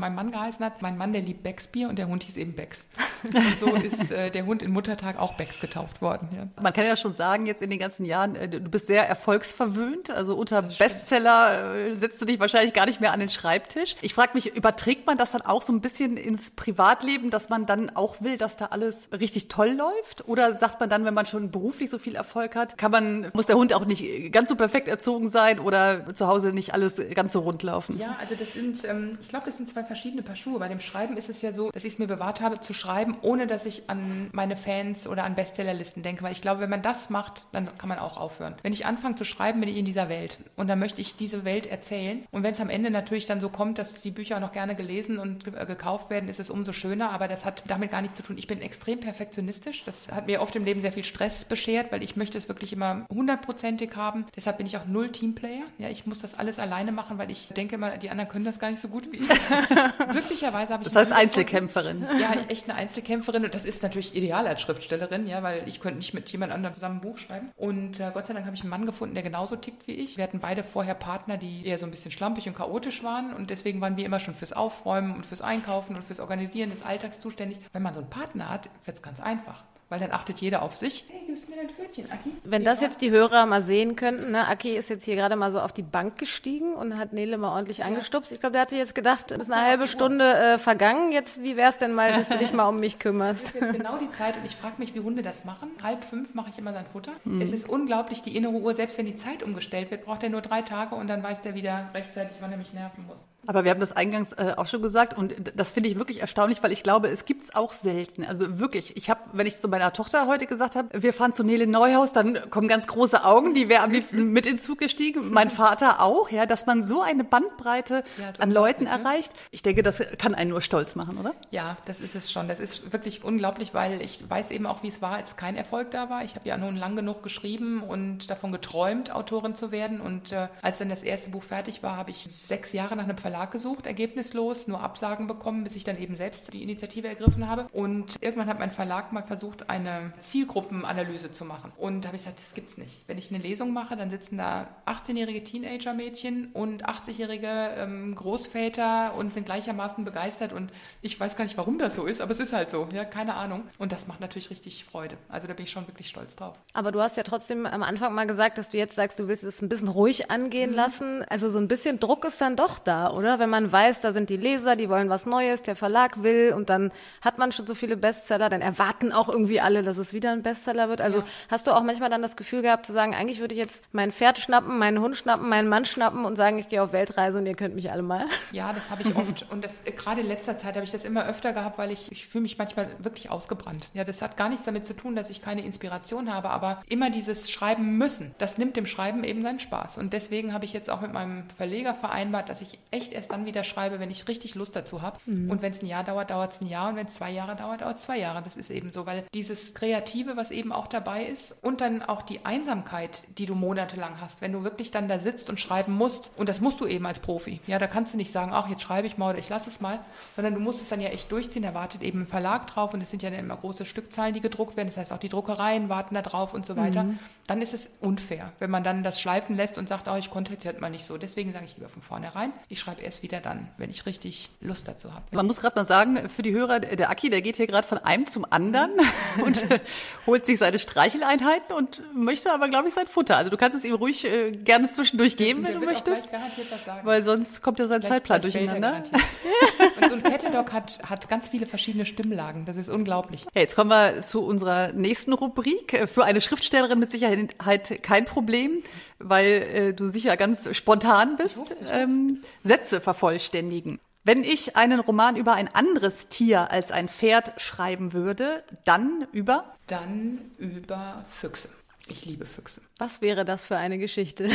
meinem Mann geheißen hat. Mein Mann, der liebt Becksbier und der Hund hieß eben Becks. Und so ist äh, der Hund in Muttertag auch Becks getauft worden. Ja. Man kann ja schon sagen, jetzt in den ganzen Jahren, äh, du bist sehr erfolgsverwöhnt. Also unter Bestseller äh, setzt du dich wahrscheinlich gar nicht mehr an den Schreibtisch. Ich frage mich, überträgt man das dann auch so ein bisschen ins Privatleben, dass man dann auch will, dass da alles richtig toll läuft? Oder sagt man dann, wenn man schon beruflich so viel Erfolg hat, kann man, muss der Hund auch nicht ganz so perfekt erzogen sein oder zu Hause nicht alles ganz so rund laufen? Ja, also das sind, ähm, ich glaube, das sind zwei verschiedene Paar Schuhe. Bei dem Schreiben ist es ja so, dass ich es mir bewahrt habe, zu schreiben, ohne dass ich an meine Fans oder an Bestsellerlisten denke. Weil ich glaube, wenn man das macht, dann kann man auch aufhören. Wenn ich anfange zu schreiben, bin ich in dieser Welt. Und dann möchte ich diese Welt erzählen. Und wenn es am Ende natürlich dann so kommt, dass die Bücher auch noch gerne gelesen und ge- gekauft werden, ist es umso schöner. Aber das hat damit gar nichts zu tun. Ich bin extrem perfektionistisch. Das hat mir oft im Leben sehr viel Stress beschert, weil ich möchte es wirklich immer hundertprozentig haben. Deshalb bin ich auch null Teamplayer. Ja, ich muss das alles alleine machen, weil ich denke immer, die anderen können das gar nicht so gut wie ich. Glücklicherweise habe ich... Das heißt Einzelkämpferin. Ja, echt eine Einzelkämpferin. Und das ist natürlich ideal als Schriftstellerin, ja, weil ich könnte nicht mit jemand anderem zusammen ein Buch schreiben. Und äh, Gott sei Dank habe ich einen Mann gefunden, der genauso tickt wie ich. Wir hatten beide vorher Partner, die eher so ein bisschen schlampig und chaotisch waren. Und deswegen waren wir immer schon fürs Aufräumen und fürs Einkaufen und fürs Organisieren des Alltags zuständig. Wenn man so einen Partner hat, wird es ganz einfach. Weil dann achtet jeder auf sich. Hey, gibst du mir dein Pfötchen, Aki? Wenn das jetzt die Hörer mal sehen könnten, ne? Aki ist jetzt hier gerade mal so auf die Bank gestiegen und hat Nele mal ordentlich angestupst. Ich glaube, der hatte jetzt gedacht, es ist eine halbe Stunde äh, vergangen. Jetzt, wie wär's denn mal, dass du dich mal um mich kümmerst? Das ist jetzt genau die Zeit und ich frage mich, wie Hunde das machen. Halb fünf mache ich immer sein Futter. Mhm. Es ist unglaublich, die innere Uhr, selbst wenn die Zeit umgestellt wird, braucht er nur drei Tage und dann weiß der wieder rechtzeitig, wann er mich nerven muss. Aber wir haben das eingangs äh, auch schon gesagt und das finde ich wirklich erstaunlich, weil ich glaube, es gibt's auch selten. Also wirklich, ich habe, wenn ich zu meiner Tochter heute gesagt habe, wir fahren zu Nele Neuhaus, dann kommen ganz große Augen, die wäre am liebsten mit in den Zug gestiegen. Mein Vater auch, ja, dass man so eine Bandbreite ja, an Leuten ne? erreicht. Ich denke, das kann einen nur stolz machen, oder? Ja, das ist es schon. Das ist wirklich unglaublich, weil ich weiß eben auch, wie es war, als kein Erfolg da war. Ich habe ja nun lang genug geschrieben und davon geträumt, Autorin zu werden. Und äh, als dann das erste Buch fertig war, habe ich sechs Jahre nach einem Verlag gesucht, ergebnislos, nur Absagen bekommen, bis ich dann eben selbst die Initiative ergriffen habe. Und irgendwann hat mein Verlag mal versucht, eine Zielgruppenanalyse zu machen. Und da habe ich gesagt, das gibt's nicht. Wenn ich eine Lesung mache, dann sitzen da achtzehnjährige Teenager-Mädchen und achtzigjährige ähm, Großväter und sind gleichermaßen begeistert. Und ich weiß gar nicht, warum das so ist, aber es ist halt so. Ja, keine Ahnung. Und das macht natürlich richtig Freude. Also da bin ich schon wirklich stolz drauf. Aber du hast ja trotzdem am Anfang mal gesagt, dass du jetzt sagst, du willst es ein bisschen ruhig angehen mhm. lassen. Also so ein bisschen Druck ist dann doch da, oder? Wenn man weiß, da sind die Leser, die wollen was Neues, der Verlag will und dann hat man schon so viele Bestseller, dann erwarten auch irgendwie alle, dass es wieder ein Bestseller wird. Also ja. Hast du auch manchmal dann das Gefühl gehabt zu sagen, eigentlich würde ich jetzt mein Pferd schnappen, meinen Hund schnappen, meinen Mann schnappen und sagen, ich gehe auf Weltreise und ihr könnt mich alle mal? Ja, das habe ich oft und das gerade in letzter Zeit habe ich das immer öfter gehabt, weil ich, ich fühle mich manchmal wirklich ausgebrannt. Ja, das hat gar nichts damit zu tun, dass ich keine Inspiration habe, aber immer dieses Schreiben müssen, das nimmt dem Schreiben eben seinen Spaß. Und deswegen habe ich jetzt auch mit meinem Verleger vereinbart, dass ich echt erst dann wieder schreibe, wenn ich richtig Lust dazu habe. Mhm. Und wenn es ein Jahr dauert, dauert es ein Jahr und wenn es zwei Jahre dauert, dauert es zwei Jahre. Das ist eben so, weil dieses Kreative, was eben auch dabei ist und dann auch die Einsamkeit, die du monatelang hast, wenn du wirklich dann da sitzt und schreiben musst und das musst du eben als Profi. Ja, da kannst du nicht sagen, ach, jetzt schreibe ich mal oder ich lasse es mal, sondern du musst es dann ja echt durchziehen, da wartet eben ein Verlag drauf und es sind ja dann immer große Stückzahlen, die gedruckt werden, das heißt auch die Druckereien warten da drauf und so weiter. Mhm. Dann ist es unfair, wenn man dann das schleifen lässt und sagt, oh, ich konnte jetzt mal nicht so. Deswegen sage ich lieber von vornherein, ich schreibe erst wieder dann, wenn ich richtig Lust dazu habe. Man muss gerade mal sagen, für die Hörer, der Aki, der geht hier gerade von einem zum anderen und äh, holt sich seine Streicheleinheiten und möchte aber, glaube ich, sein Futter. Also du kannst es ihm ruhig äh, gerne zwischendurch geben, wenn du möchtest, weil sonst kommt ja sein gleich, Zeitplan gleich durcheinander. Und so ein Cattle Dog hat, hat ganz viele verschiedene Stimmlagen. Das ist unglaublich. Ja, jetzt kommen wir zu unserer nächsten Rubrik. Für eine Schriftstellerin mit Sicherheit kein Problem, weil äh, du sicher ganz spontan bist. Ich hoffe, ich ähm, Sätze vervollständigen. Wenn ich einen Roman über ein anderes Tier als ein Pferd schreiben würde, dann über? Dann über Füchse. Ich liebe Füchse. Was wäre das für eine Geschichte?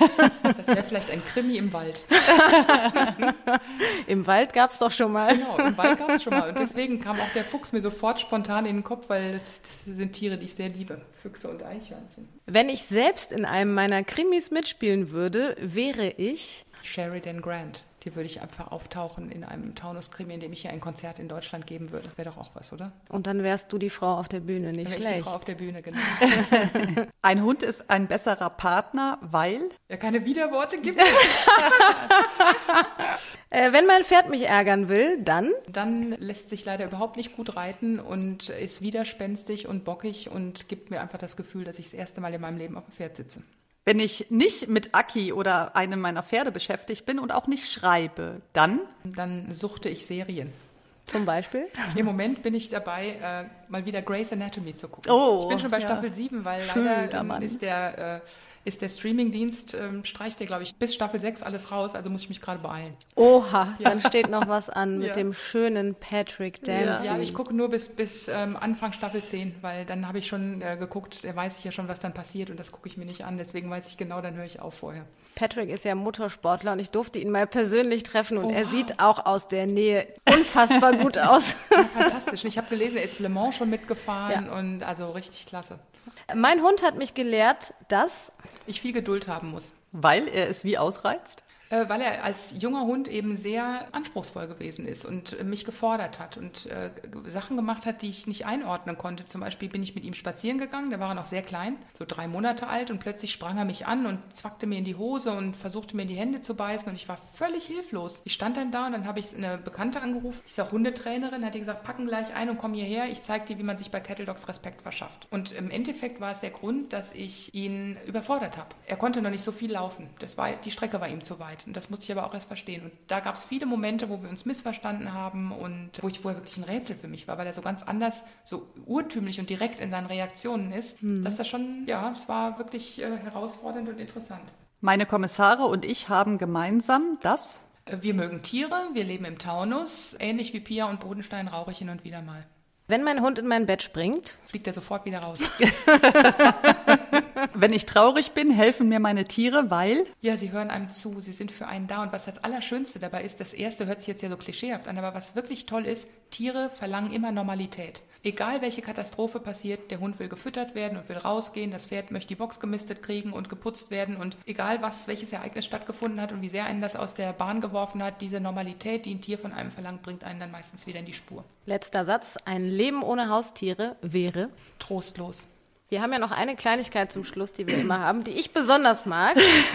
Das wäre vielleicht ein Krimi im Wald. Im Wald gab es doch schon mal. Genau, im Wald gab es schon mal. Und deswegen kam auch der Fuchs mir sofort spontan in den Kopf, weil das, das sind Tiere, die ich sehr liebe. Füchse und Eichhörnchen. Wenn ich selbst in einem meiner Krimis mitspielen würde, wäre ich... Sheridan Grant. die würde ich einfach auftauchen in einem Taunus-Krimi, in dem ich hier ein Konzert in Deutschland geben würde. Das wäre doch auch was, oder? Und dann wärst du die Frau auf der Bühne, nicht Dann wäre schlecht. ich die Frau auf der Bühne, genau. Ein Hund ist ein besserer Partner, weil? Ja, keine Widerworte gibt. Äh, wenn mein Pferd mich ärgern will, dann? Dann lässt sich leider überhaupt nicht gut reiten und ist widerspenstig und bockig und gibt mir einfach das Gefühl, dass ich das erste Mal in meinem Leben auf dem Pferd sitze. Wenn ich nicht mit Aki oder einem meiner Pferde beschäftigt bin und auch nicht schreibe, dann? Dann suchte ich Serien. Zum Beispiel? Im Moment bin ich dabei, äh, mal wieder Grey's Anatomy zu gucken. Oh, ich bin schon bei ja. Staffel sieben, weil Schöner leider ähm, Mann. ist der, äh, ist der Streamingdienst, ähm, streicht der, glaube ich, bis Staffel sechs alles raus, also muss ich mich gerade beeilen. Oha, dann steht noch was an mit Ja. dem schönen Patrick Dempsey. Ja, ich gucke nur bis, bis ähm, Anfang Staffel zehn, weil dann habe ich schon äh, geguckt, da weiß ich ja schon, was dann passiert und das gucke ich mir nicht an, deswegen weiß ich genau, dann höre ich auf vorher. Patrick ist ja Motorsportler und ich durfte ihn mal persönlich treffen und Oh, er wow. sieht auch aus der Nähe unfassbar gut aus. Ja, fantastisch. Ich habe gelesen, er ist Le Mans schon mitgefahren Ja. und also richtig klasse. Mein Hund hat mich gelehrt, dass... Ich viel Geduld haben muss. Weil er es wie ausreizt? Äh, weil er als junger Hund eben sehr anspruchsvoll gewesen ist und äh, mich gefordert hat und äh, g- Sachen gemacht hat, die ich nicht einordnen konnte. Zum Beispiel bin ich mit ihm spazieren gegangen, da war er noch sehr klein, so drei Monate alt und plötzlich sprang er mich an und zwackte mir in die Hose und versuchte mir in die Hände zu beißen und ich war völlig hilflos. Ich stand dann da und dann habe ich eine Bekannte angerufen, die ist auch Hundetrainerin, hat die gesagt, packen gleich ein und komm hierher, ich zeige dir, wie man sich bei Cattle Dogs Respekt verschafft. Und im Endeffekt war es der Grund, dass ich ihn überfordert habe. Er konnte noch nicht so viel laufen, das war, die Strecke war ihm zu weit. Und das musste ich aber auch erst verstehen. Und da gab es viele Momente, wo wir uns missverstanden haben und wo ich vorher wirklich ein Rätsel für mich war, weil er so ganz anders, so urtümlich und direkt in seinen Reaktionen ist, dass das schon, ja, es war wirklich äh, herausfordernd und interessant. Meine Kommissare und ich haben gemeinsam das? Äh, Wir mögen Tiere, wir leben im Taunus, ähnlich wie Pia und Bodenstein rauche ich hin und wieder mal. Wenn mein Hund in mein Bett springt, Fliegt er sofort wieder raus. Wenn ich traurig bin, helfen mir meine Tiere, weil? Ja, sie hören einem zu, sie sind für einen da. Und was das Allerschönste dabei ist, das Erste hört sich jetzt ja so klischeehaft an, aber was wirklich toll ist, Tiere verlangen immer Normalität. Egal welche Katastrophe passiert, der Hund will gefüttert werden und will rausgehen, das Pferd möchte die Box gemistet kriegen und geputzt werden und egal was, welches Ereignis stattgefunden hat und wie sehr einen das aus der Bahn geworfen hat, diese Normalität, die ein Tier von einem verlangt, bringt einen dann meistens wieder in die Spur. letzter Satz, ein Leben ohne Haustiere wäre... Trostlos. Wir haben ja noch eine Kleinigkeit zum Schluss, die wir immer haben, die ich besonders mag.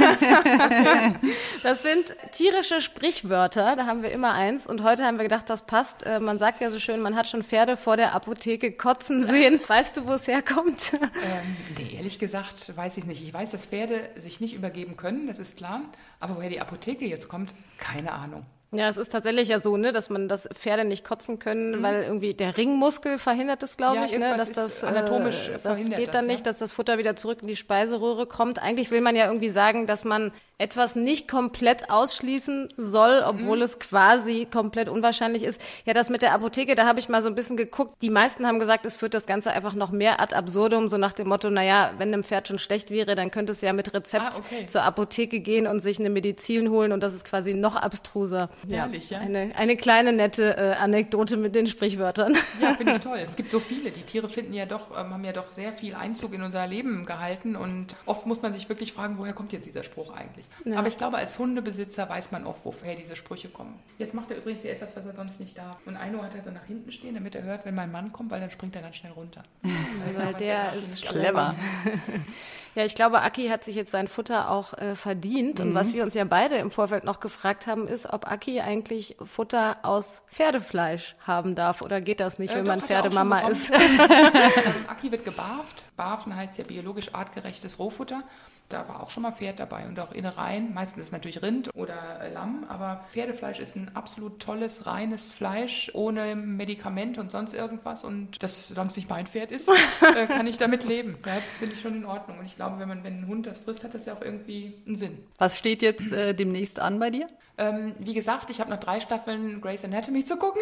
Das sind tierische Sprichwörter, da haben wir immer eins. Und heute haben wir gedacht, das passt. Äh, Man sagt ja so schön, man hat schon Pferde vor der Apotheke kotzen sehen. Weißt du, wo es herkommt? Ähm, nee, ehrlich gesagt weiß ich nicht. Ich weiß, dass Pferde sich nicht übergeben können, das ist klar. Aber woher die Apotheke jetzt kommt, keine Ahnung. Ja, es ist tatsächlich ja so, ne, dass man das Pferde nicht kotzen können, weil irgendwie der Ringmuskel verhindert es, glaube Ja, ich, ne, dass irgendwas das ist anatomisch äh, das verhindert geht dann das, nicht, ja. dass das Futter wieder zurück in die Speiseröhre kommt. Eigentlich will man ja irgendwie sagen, dass man etwas nicht komplett ausschließen soll, obwohl Mhm. es quasi komplett unwahrscheinlich ist. Ja, das mit der Apotheke, da habe ich mal so ein bisschen geguckt. Die meisten haben gesagt, es führt das Ganze einfach noch mehr ad absurdum, so nach dem Motto, naja, wenn einem Pferd schon schlecht wäre, dann könnte es ja mit Rezept Ah, okay. zur Apotheke gehen und sich eine Medizin holen und das ist quasi noch abstruser. Herrlich, ja. Eine, eine kleine nette äh, Anekdote mit den Sprichwörtern. Ja, finde ich toll. Es gibt so viele. Die Tiere finden ja doch, ähm, haben ja doch sehr viel Einzug in unser Leben gehalten und oft muss man sich wirklich fragen, woher kommt jetzt dieser Spruch eigentlich? Ja. Aber ich glaube, als Hundebesitzer weiß man oft, woher diese Sprüche kommen. Jetzt macht er übrigens hier etwas, was er sonst nicht darf. Und Aino hat er so nach hinten stehen, damit er hört, wenn mein Mann kommt, weil dann springt er ganz schnell runter. Weil der darf ihn ist nicht Clever. Ja, ich glaube, Aki hat sich jetzt sein Futter auch äh, verdient. Und was wir uns ja beide im Vorfeld noch gefragt haben, ist, ob Aki eigentlich Futter aus Pferdefleisch haben darf. Oder geht das nicht, Äh, wenn doch, man hat er auch schon Pferdemama bekommen. ist? Ähm, Aki wird gebarft. Barfen heißt ja biologisch artgerechtes Rohfutter. Da war auch schon mal Pferd dabei und auch Innereien. Meistens ist es natürlich Rind oder äh, Lamm, aber Pferdefleisch ist ein absolut tolles, reines Fleisch, ohne Medikamente und sonst irgendwas. Und das, solange es nicht mein Pferd ist, äh, kann ich damit leben. Ja, das finde ich schon in Ordnung. Und ich glaube, wenn man, wenn ein Hund das frisst, hat das ja auch irgendwie einen Sinn. Was steht jetzt äh, demnächst an bei dir? Ähm, wie gesagt, ich habe noch drei Staffeln Grey's Anatomy zu gucken.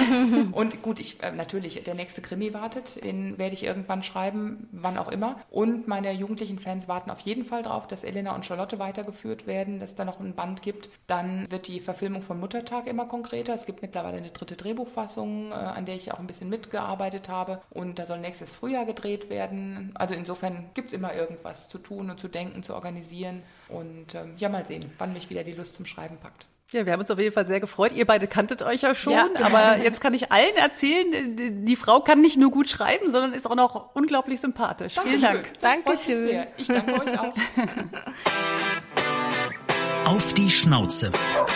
Und gut, ich äh, natürlich, der nächste Krimi wartet. Den werde ich irgendwann schreiben, wann auch immer. Und meine jugendlichen Fans warten auf jeden Fall drauf, dass Elena und Charlotte weitergeführt werden, dass da noch ein Band gibt. Dann wird die Verfilmung von Muttertag immer konkreter. Es gibt mittlerweile eine dritte Drehbuchfassung, äh, an der ich auch ein bisschen mitgearbeitet habe. Und da soll nächstes Frühjahr gedreht werden. Also insofern gibt es immer irgendwas zu tun und zu denken, zu organisieren. Und ähm, ja, mal sehen, wann mich wieder die Lust zum Schreiben packt. Ja, wir haben uns auf jeden Fall sehr gefreut. Ihr beide kanntet euch ja schon, Ja. aber jetzt kann ich allen erzählen, die Frau kann nicht nur gut schreiben, sondern ist auch noch unglaublich sympathisch. Vielen Dank. Das freut mich Dankeschön. sehr. Ich danke euch auch. Auf die Schnauze.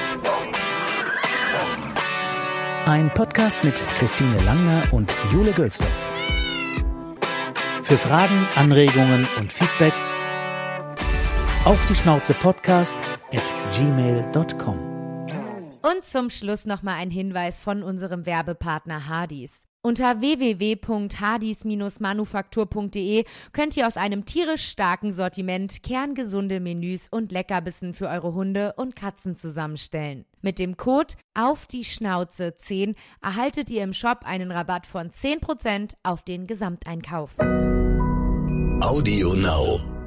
Ein Podcast mit Christine Langner und Jule Gölsdorf. Für Fragen, Anregungen und Feedback auf die Schnauze Podcast at gmail dot com. Und zum Schluss nochmal ein Hinweis von unserem Werbepartner Hardys. Unter w w w punkt hardys manufaktur punkt d e könnt ihr aus einem tierisch starken Sortiment kerngesunde Menüs und Leckerbissen für eure Hunde und Katzen zusammenstellen. Mit dem Code auf die Schnauze zehn erhaltet ihr im Shop einen Rabatt von zehn Prozent auf den Gesamteinkauf. Audio Now.